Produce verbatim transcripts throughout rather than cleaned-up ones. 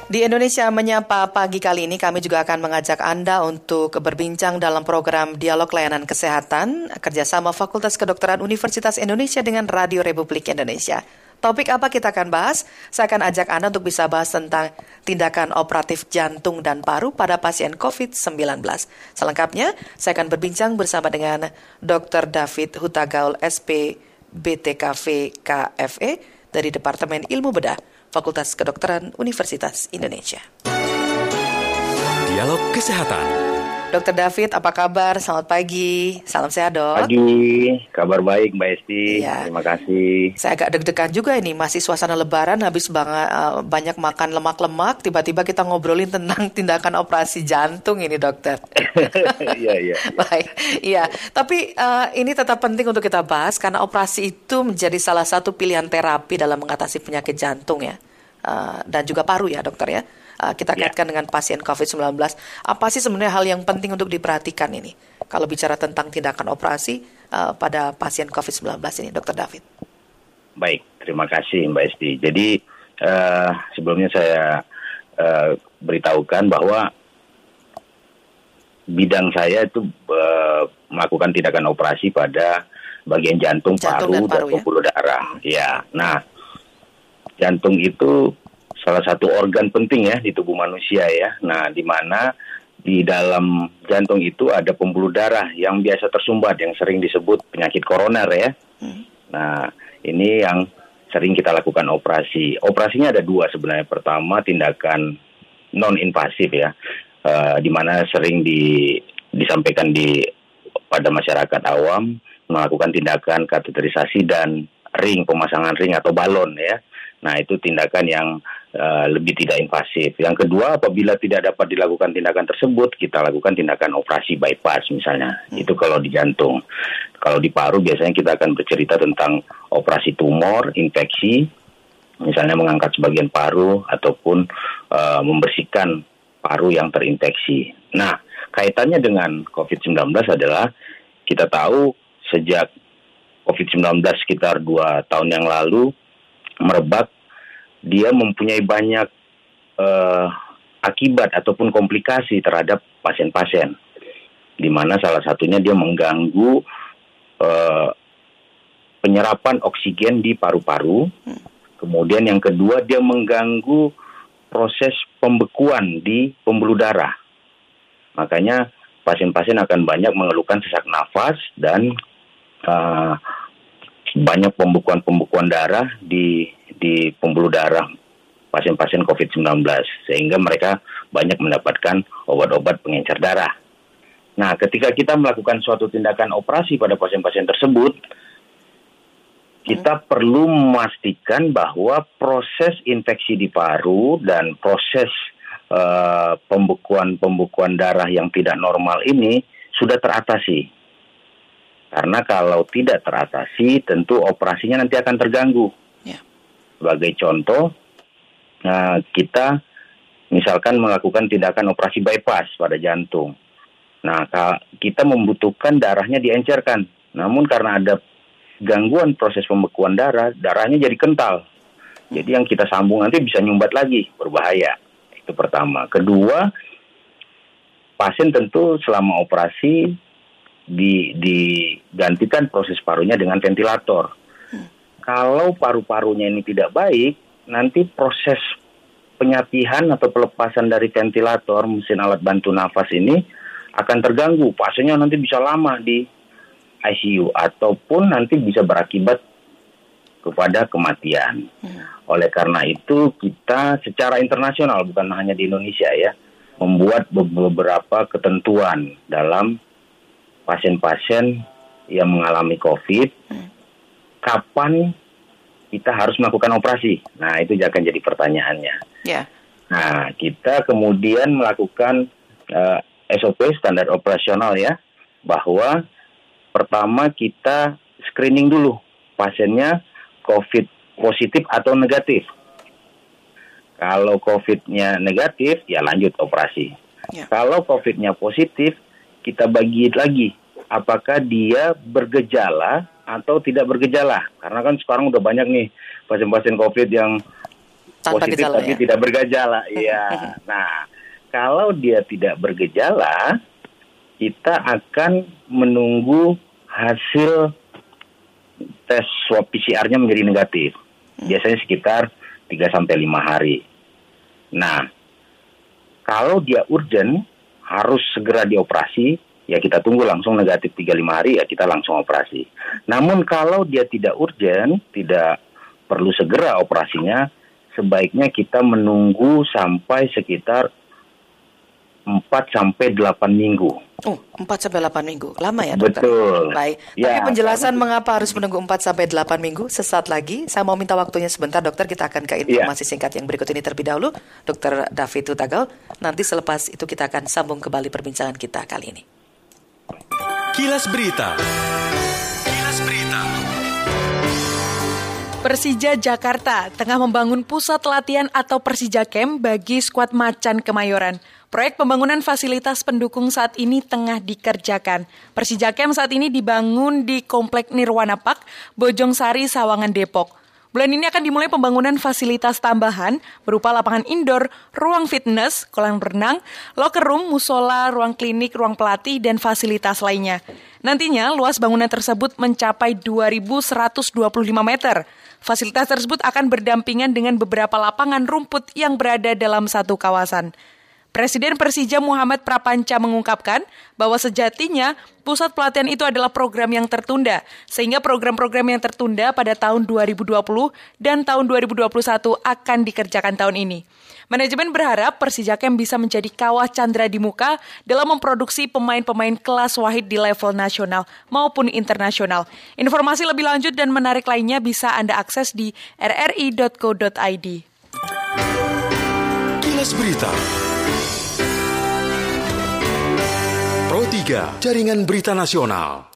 Di Indonesia Menyapa pagi kali ini kami juga akan mengajak Anda untuk berbincang dalam program Dialog Layanan Kesehatan kerjasama Fakultas Kedokteran Universitas Indonesia dengan Radio Republik Indonesia. Topik apa kita akan bahas? Saya akan ajak Anda untuk bisa bahas tentang tindakan operatif jantung dan paru pada pasien covid sembilan belas. Selengkapnya, saya akan berbincang bersama dengan dokter David Hutagaul, S P B T K V K F E dari Departemen Ilmu Bedah, Fakultas Kedokteran Universitas Indonesia. Dialog Kesehatan. dokter David, apa kabar? Selamat pagi. Salam sehat, Dok. Pagi, kabar baik Mbak Esti. Ya. Terima kasih. Saya agak deg-degan juga ini, masih suasana lebaran, habis bang- uh, banyak makan lemak-lemak, tiba-tiba kita ngobrolin tentang tindakan operasi jantung ini, dokter. Iya, iya. Baik, iya. Tapi uh, ini tetap penting untuk kita bahas karena operasi itu menjadi salah satu pilihan terapi dalam mengatasi penyakit jantung ya, uh, dan juga paru ya, dokter ya. Uh, kita kaitkan ya. Dengan pasien covid sembilan belas. Apa sih sebenarnya hal yang penting untuk diperhatikan ini kalau bicara tentang tindakan operasi uh, pada pasien covid sembilan belas ini, dokter David? Baik, terima kasih Mbak Esti. Jadi uh, sebelumnya saya uh, beritahukan bahwa bidang saya itu uh, melakukan tindakan operasi pada bagian jantung, jantung paru, dan, paru, dan pembuluh ya? darah. Ya, nah jantung itu salah satu organ penting ya di tubuh manusia ya. Nah, di mana di dalam jantung itu ada pembuluh darah yang biasa tersumbat yang sering disebut penyakit koroner ya. Hmm. Nah, ini yang sering kita lakukan operasi. Operasinya ada dua sebenarnya. Pertama, tindakan non-invasif ya, uh, di mana sering di, disampaikan di pada masyarakat awam melakukan tindakan kateterisasi dan ring, pemasangan ring atau balon ya. Nah, itu tindakan yang uh, lebih tidak invasif. Yang kedua, apabila tidak dapat dilakukan tindakan tersebut, kita lakukan tindakan operasi bypass misalnya. Hmm. Itu kalau di jantung. Kalau di paru, biasanya kita akan bercerita tentang operasi tumor, infeksi, misalnya mengangkat sebagian paru, ataupun uh, membersihkan paru yang terinfeksi. Nah, kaitannya dengan covid sembilan belas adalah, kita tahu sejak covid sembilan belas sekitar dua tahun yang lalu, merebak, dia mempunyai banyak uh, akibat ataupun komplikasi terhadap pasien-pasien, di mana salah satunya dia mengganggu uh, penyerapan oksigen di paru-paru. Kemudian yang kedua, dia mengganggu proses pembekuan di pembuluh darah. Makanya pasien-pasien akan banyak mengeluhkan sesak nafas dan uh, banyak pembekuan-pembekuan darah di di pembuluh darah pasien-pasien covid sembilan belas, sehingga mereka banyak mendapatkan obat-obat pengencer darah. Nah, ketika kita melakukan suatu tindakan operasi pada pasien-pasien tersebut, kita hmm. perlu memastikan bahwa proses infeksi di paru dan proses uh, pembekuan-pembekuan darah yang tidak normal ini sudah teratasi. Karena kalau tidak teratasi, tentu operasinya nanti akan terganggu. Yeah. Sebagai contoh, nah, kita misalkan melakukan tindakan operasi bypass pada jantung. Nah, kita membutuhkan darahnya diencerkan. Namun karena ada gangguan proses pembekuan darah, darahnya jadi kental. Jadi yang kita sambung nanti bisa nyumbat lagi, berbahaya. Itu pertama. Kedua, pasien tentu selama operasi Di, digantikan proses parunya dengan ventilator. Hmm. Kalau paru-parunya ini tidak baik, nanti proses penyapihan atau pelepasan dari ventilator, mesin alat bantu nafas ini akan terganggu. Pasiennya nanti bisa lama di I C U ataupun nanti bisa berakibat kepada kematian. Hmm. Oleh karena itu, kita secara internasional, bukan hanya di Indonesia ya, membuat beberapa ketentuan dalam pasien-pasien yang mengalami COVID, hmm. kapan kita harus melakukan operasi? Nah, itu akan jadi pertanyaannya. Yeah. Nah, kita kemudian melakukan uh, S O P, standar operasional ya, bahwa pertama kita screening dulu pasiennya COVID positif atau negatif. Kalau COVID-nya negatif, ya lanjut operasi. Yeah. Kalau COVID-nya positif, kita bagi lagi, apakah dia bergejala atau tidak bergejala. Karena kan sekarang udah banyak nih pasien-pasien COVID yang Tanpa positif gejala, tapi ya? tidak bergejala. Iya. Nah, kalau dia tidak bergejala, kita akan menunggu hasil tes swab P C R-nya menjadi negatif. Biasanya sekitar tiga sampai lima hari. Nah, kalau dia urgent, harus segera dioperasi, ya kita tunggu langsung negatif tiga sampai lima hari, ya kita langsung operasi. Namun kalau dia tidak urgent, tidak perlu segera operasinya, sebaiknya kita menunggu sampai sekitar empat sampai delapan minggu. Oh, empat sampai delapan minggu. Lama ya, dokter? Betul. Baik. Ya, Tapi penjelasan karena... mengapa harus menunggu empat sampai delapan minggu sesaat lagi. Saya mau minta waktunya sebentar, dokter. Kita akan ke informasi ya. singkat yang berikut ini terlebih dahulu. dokter David Hutagal. Nanti selepas itu kita akan sambung kembali perbincangan kita kali ini. Kilas Berita. Kilas Berita. Persija Jakarta tengah membangun pusat latihan atau Persija Camp bagi skuad Macan Kemayoran. Proyek pembangunan fasilitas pendukung saat ini tengah dikerjakan. Persija Camp saat ini dibangun di Komplek Nirwana Park, Bojong Sari, Sawangan, Depok. Bulan ini akan dimulai pembangunan fasilitas tambahan berupa lapangan indoor, ruang fitness, kolam renang, locker room, musola, ruang klinik, ruang pelatih, dan fasilitas lainnya. Nantinya, luas bangunan tersebut mencapai dua ribu seratus dua puluh lima meter. Fasilitas tersebut akan berdampingan dengan beberapa lapangan rumput yang berada dalam satu kawasan. Presiden Persija Muhammad Prapanca mengungkapkan bahwa sejatinya pusat pelatihan itu adalah program yang tertunda, sehingga program-program yang tertunda pada tahun dua ribu dua puluh dan tahun dua ribu dua puluh satu akan dikerjakan tahun ini. Manajemen berharap Persija Camp bisa menjadi kawah candra di muka dalam memproduksi pemain-pemain kelas wahid di level nasional maupun internasional. Informasi lebih lanjut dan menarik lainnya bisa Anda akses di r r i dot co dot i d. Kilas Berita. Pro tiga, Jaringan Berita Nasional.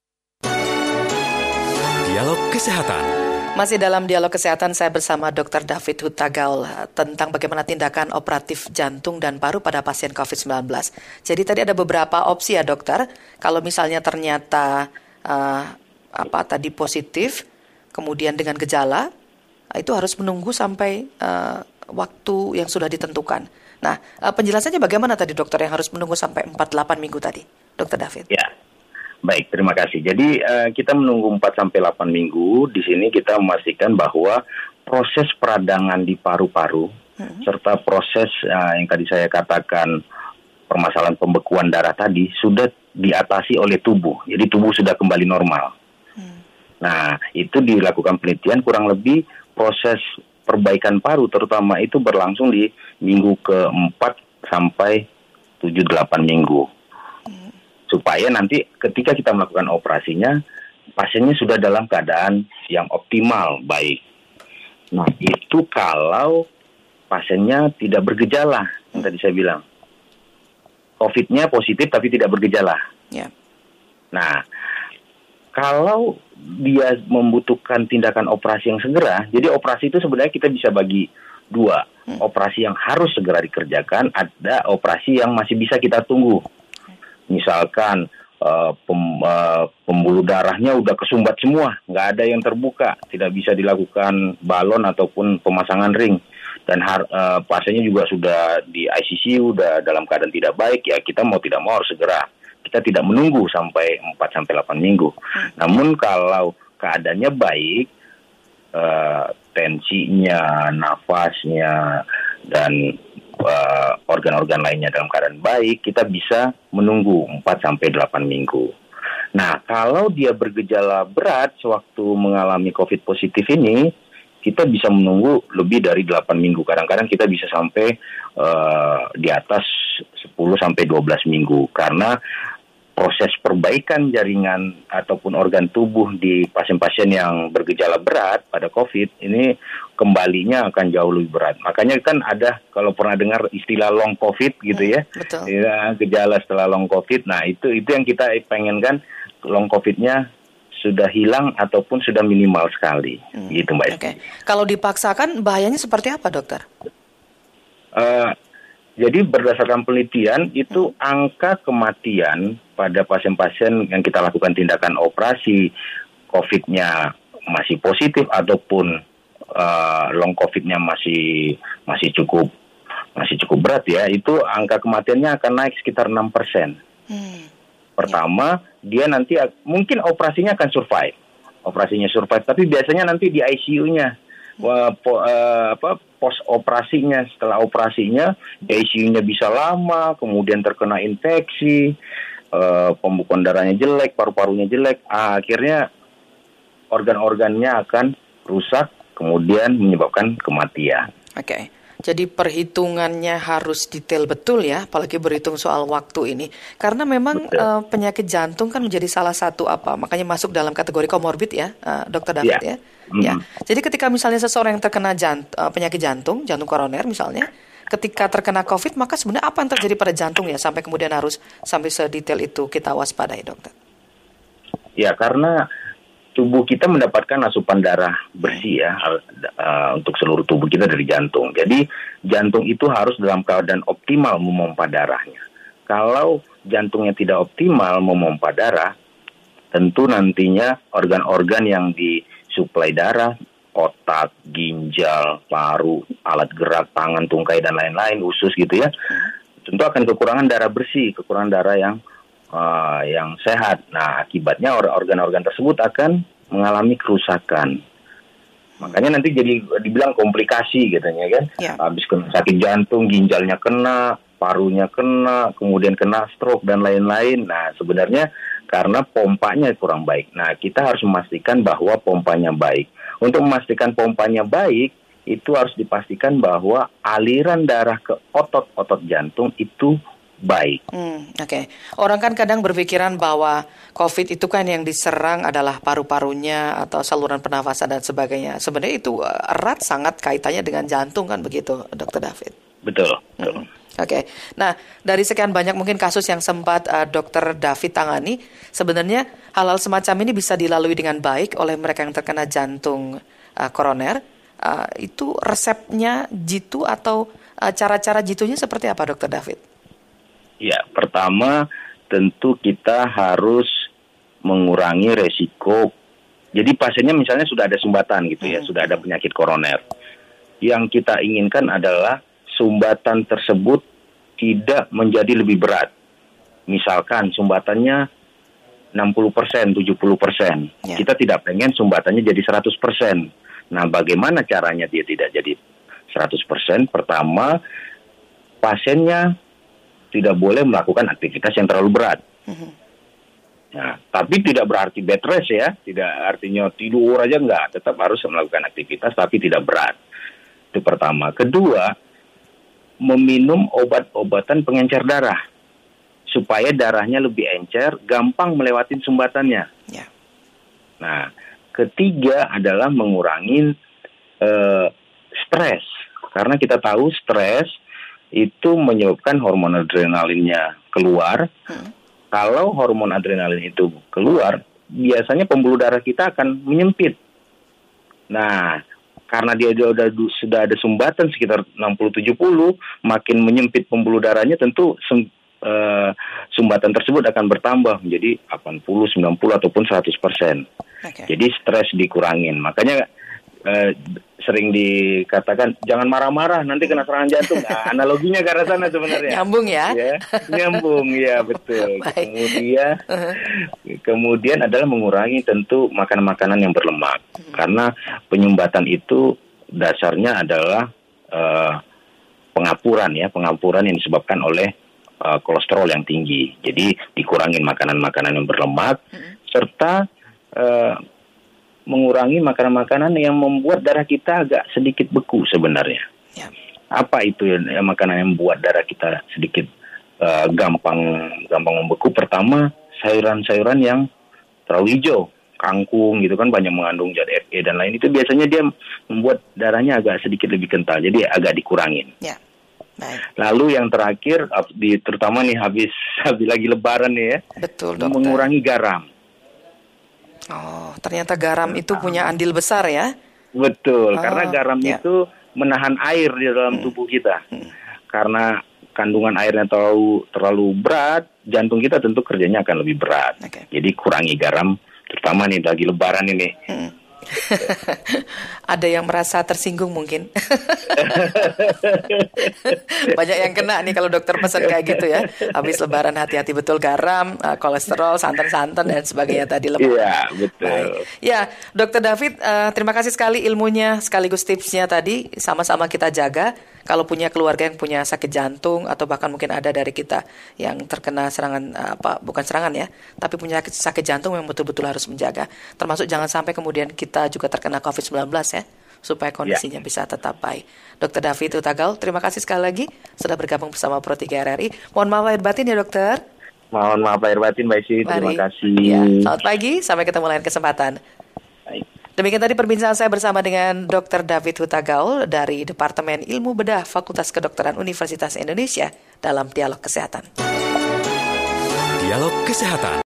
Dialog Kesehatan. Masih dalam dialog kesehatan, saya bersama dokter David Hutagal tentang bagaimana tindakan operatif jantung dan paru pada pasien covid sembilan belas. Jadi tadi ada beberapa opsi ya dokter, kalau misalnya ternyata uh, apa tadi positif, kemudian dengan gejala, itu harus menunggu sampai uh, waktu yang sudah ditentukan. Nah, uh, penjelasannya bagaimana tadi dokter yang harus menunggu sampai empat sampai delapan minggu tadi, dokter David? Ya. Baik, terima kasih. Jadi uh, kita menunggu empat sampai delapan minggu. Di sini kita memastikan bahwa proses peradangan di paru-paru hmm. serta proses uh, yang tadi saya katakan permasalahan pembekuan darah tadi sudah diatasi oleh tubuh. Jadi tubuh sudah kembali normal. Hmm. Nah, itu dilakukan penelitian kurang lebih proses perbaikan paru terutama itu berlangsung di minggu keempat sampai tujuh delapan minggu. Supaya nanti ketika kita melakukan operasinya, pasiennya sudah dalam keadaan yang optimal, baik. Nah, itu kalau pasiennya tidak bergejala, yang tadi saya bilang. COVID-nya positif tapi tidak bergejala. Yeah. Nah, kalau dia membutuhkan tindakan operasi yang segera, jadi operasi itu sebenarnya kita bisa bagi dua. Hmm. Operasi yang harus segera dikerjakan, ada operasi yang masih bisa kita tunggu. Misalkan uh, pem, uh, pembuluh darahnya udah kesumbat semua, nggak ada yang terbuka, tidak bisa dilakukan balon ataupun pemasangan ring, dan har, uh, pasiennya juga sudah di I C U, udah dalam keadaan tidak baik, ya kita mau tidak mau harus segera. Kita tidak menunggu sampai empat sampai delapan minggu. Hmm. Namun kalau keadaannya baik, uh, tensinya, nafasnya, dan Uh, organ-organ lainnya dalam keadaan baik, kita bisa menunggu empat sampai delapan minggu. Nah, kalau dia bergejala berat sewaktu mengalami COVID positif ini, kita bisa menunggu lebih dari delapan minggu. Kadang-kadang kita bisa sampai uh, di atas sepuluh sampai dua belas minggu. Karena proses perbaikan jaringan ataupun organ tubuh di pasien-pasien yang bergejala berat pada COVID ini kembalinya akan jauh lebih berat. Makanya kan ada, kalau pernah dengar istilah long COVID gitu ya, betul. Ya, gejala setelah long COVID. Nah itu itu yang kita pengen kan, long COVID-nya sudah hilang ataupun sudah minimal sekali, hmm. gitu Mbak. Oke. Okay. Kalau dipaksakan bahayanya seperti apa dokter? Uh, Jadi berdasarkan penelitian itu angka kematian pada pasien-pasien yang kita lakukan tindakan operasi COVID-nya masih positif ataupun uh, long COVID-nya masih masih cukup masih cukup berat ya, itu angka kematiannya akan naik sekitar enam persen. Hmm. Pertama, ya. dia nanti mungkin operasinya akan survive. Operasinya survive, tapi biasanya nanti di I C U-nya. Hmm. Po, uh, apa pos operasinya, setelah operasinya di I C U-nya bisa lama, kemudian terkena infeksi, uh, pembekuan darahnya jelek, paru-parunya jelek, uh, akhirnya organ-organnya akan rusak, kemudian menyebabkan kematian. Oke. Okay. Jadi perhitungannya harus detail betul ya, apalagi berhitung soal waktu ini. Karena memang uh, penyakit jantung kan menjadi salah satu apa, makanya masuk dalam kategori komorbid ya, uh, Dokter David ya. ya. Mm. ya. Jadi ketika misalnya seseorang yang terkena jant, uh, penyakit jantung, jantung koroner misalnya, ketika terkena COVID, maka sebenarnya apa yang terjadi pada jantung ya, sampai kemudian harus sampai sedetail itu kita waspadai, Dokter? Ya, karena tubuh kita mendapatkan asupan darah bersih ya uh, untuk seluruh tubuh kita dari jantung. Jadi jantung itu harus dalam keadaan optimal memompa darahnya. Kalau jantungnya tidak optimal memompa darah, tentu nantinya organ-organ yang disuplai darah, otak, ginjal, paru, alat gerak, tangan, tungkai dan lain-lain, usus gitu ya, tentu akan kekurangan darah bersih, kekurangan darah yang Uh, yang sehat. Nah, akibatnya organ-organ tersebut akan mengalami kerusakan. Makanya nanti jadi dibilang komplikasi katanya kan. Yeah. Habis kena sakit jantung, ginjalnya kena, parunya kena, kemudian kena stroke dan lain-lain. Nah, sebenarnya karena pompanya kurang baik. Nah, kita harus memastikan bahwa pompanya baik. Untuk memastikan pompanya baik, itu harus dipastikan bahwa aliran darah ke otot-otot jantung itu baik. Hmm, Oke, okay. Orang kan kadang berpikiran bahwa COVID itu kan yang diserang adalah paru-parunya atau saluran pernafasan dan sebagainya. Sebenarnya itu erat sangat kaitannya dengan jantung kan begitu, Dokter David? Betul. betul. Hmm. Oke, okay. Nah dari sekian banyak mungkin kasus yang sempat uh, Dokter David tangani, sebenarnya hal-hal semacam ini bisa dilalui dengan baik oleh mereka yang terkena jantung uh, koroner. Uh, itu resepnya jitu atau uh, cara-cara jitunya seperti apa, Dokter David? Ya, pertama tentu kita harus mengurangi resiko. Jadi pasiennya misalnya sudah ada sumbatan gitu ya, hmm. sudah ada penyakit koroner. Yang kita inginkan adalah sumbatan tersebut tidak menjadi lebih berat. Misalkan sumbatannya enam puluh persen, tujuh puluh persen. Ya. Kita tidak pengen sumbatannya jadi seratus persen. Nah, bagaimana caranya dia tidak jadi seratus persen? Pertama, pasiennya tidak boleh melakukan aktivitas yang terlalu berat. Mm-hmm. Nah, tapi tidak berarti bed rest ya, tidak artinya tidur aja enggak, tetap harus melakukan aktivitas tapi tidak berat. Itu pertama. Kedua, meminum obat-obatan pengencer darah supaya darahnya lebih encer, gampang melewatin sumbatannya. Yeah. Nah, ketiga adalah mengurangi uh, stres, karena kita tahu stres itu menyebabkan hormon adrenalinnya keluar. Hmm. Kalau hormon adrenalin itu keluar, biasanya pembuluh darah kita akan menyempit. Nah, karena dia sudah, sudah ada sumbatan sekitar enam puluh tujuh puluh, makin menyempit pembuluh darahnya, tentu sem, uh, sumbatan tersebut akan bertambah menjadi delapan puluh, sembilan puluh ataupun seratus persen. Okay. Jadi stres dikurangin. Makanya uh, sering dikatakan jangan marah-marah nanti kena serangan jantung. Nah, analoginya ke arah sana sebenarnya. Nyambung ya? ya nyambung ya betul. Kemudian kemudian adalah mengurangi tentu makanan-makanan yang berlemak. Hmm. Karena penyumbatan itu dasarnya adalah uh, pengapuran ya, pengapuran yang disebabkan oleh uh, kolesterol yang tinggi. Jadi dikurangin makanan-makanan yang berlemak. Hmm. serta uh, mengurangi makanan-makanan yang membuat darah kita agak sedikit beku sebenarnya. Ya. Apa itu ya, makanan yang membuat darah kita sedikit uh, gampang gampang membeku? Pertama, sayuran-sayuran yang terlalu hijau, kangkung gitu kan banyak mengandung zat F E dan lain, itu biasanya dia membuat darahnya agak sedikit lebih kental, jadi agak dikurangin. Ya. Baik. Lalu yang terakhir, di, terutama nih habis habis lagi Lebaran nih ya, betul, dokter, mengurangi garam. Oh, ternyata garam nah, itu punya andil besar ya? Betul, oh, karena garam ya. itu menahan air di dalam hmm. tubuh kita. Hmm. Karena kandungan airnya terlalu terlalu berat, jantung kita tentu kerjanya akan lebih berat. Okay. Jadi kurangi garam, terutama nih lagi Lebaran ini. Hmm. Ada yang merasa tersinggung mungkin. Banyak yang kena nih kalau dokter pesan kayak gitu ya. Habis lebaran hati-hati betul garam, uh, kolesterol, santan-santan dan sebagainya tadi lemak. Iya, betul. Baik. Ya, dokter David, uh, terima kasih sekali ilmunya sekaligus tipsnya tadi. Sama-sama kita jaga. Kalau punya keluarga yang punya sakit jantung atau bahkan mungkin ada dari kita yang terkena serangan apa bukan serangan ya, tapi punya sakit jantung yang betul-betul harus menjaga. Termasuk jangan sampai kemudian kita juga terkena covid sembilan belas ya, supaya kondisinya ya. Bisa tetap baik. dokter David Hutagal, terima kasih sekali lagi sudah bergabung bersama Pro tiga R R I. Mohon maaf lahir batin ya dokter. Mohon maaf lahir batin Mbak Isi, terima kasih. Ya, selamat pagi, sampai ketemu lain kesempatan. Baik. Demikian tadi perbincangan saya bersama dengan dokter David Hutagal dari Departemen Ilmu Bedah Fakultas Kedokteran Universitas Indonesia dalam Dialog Kesehatan. Dialog Kesehatan.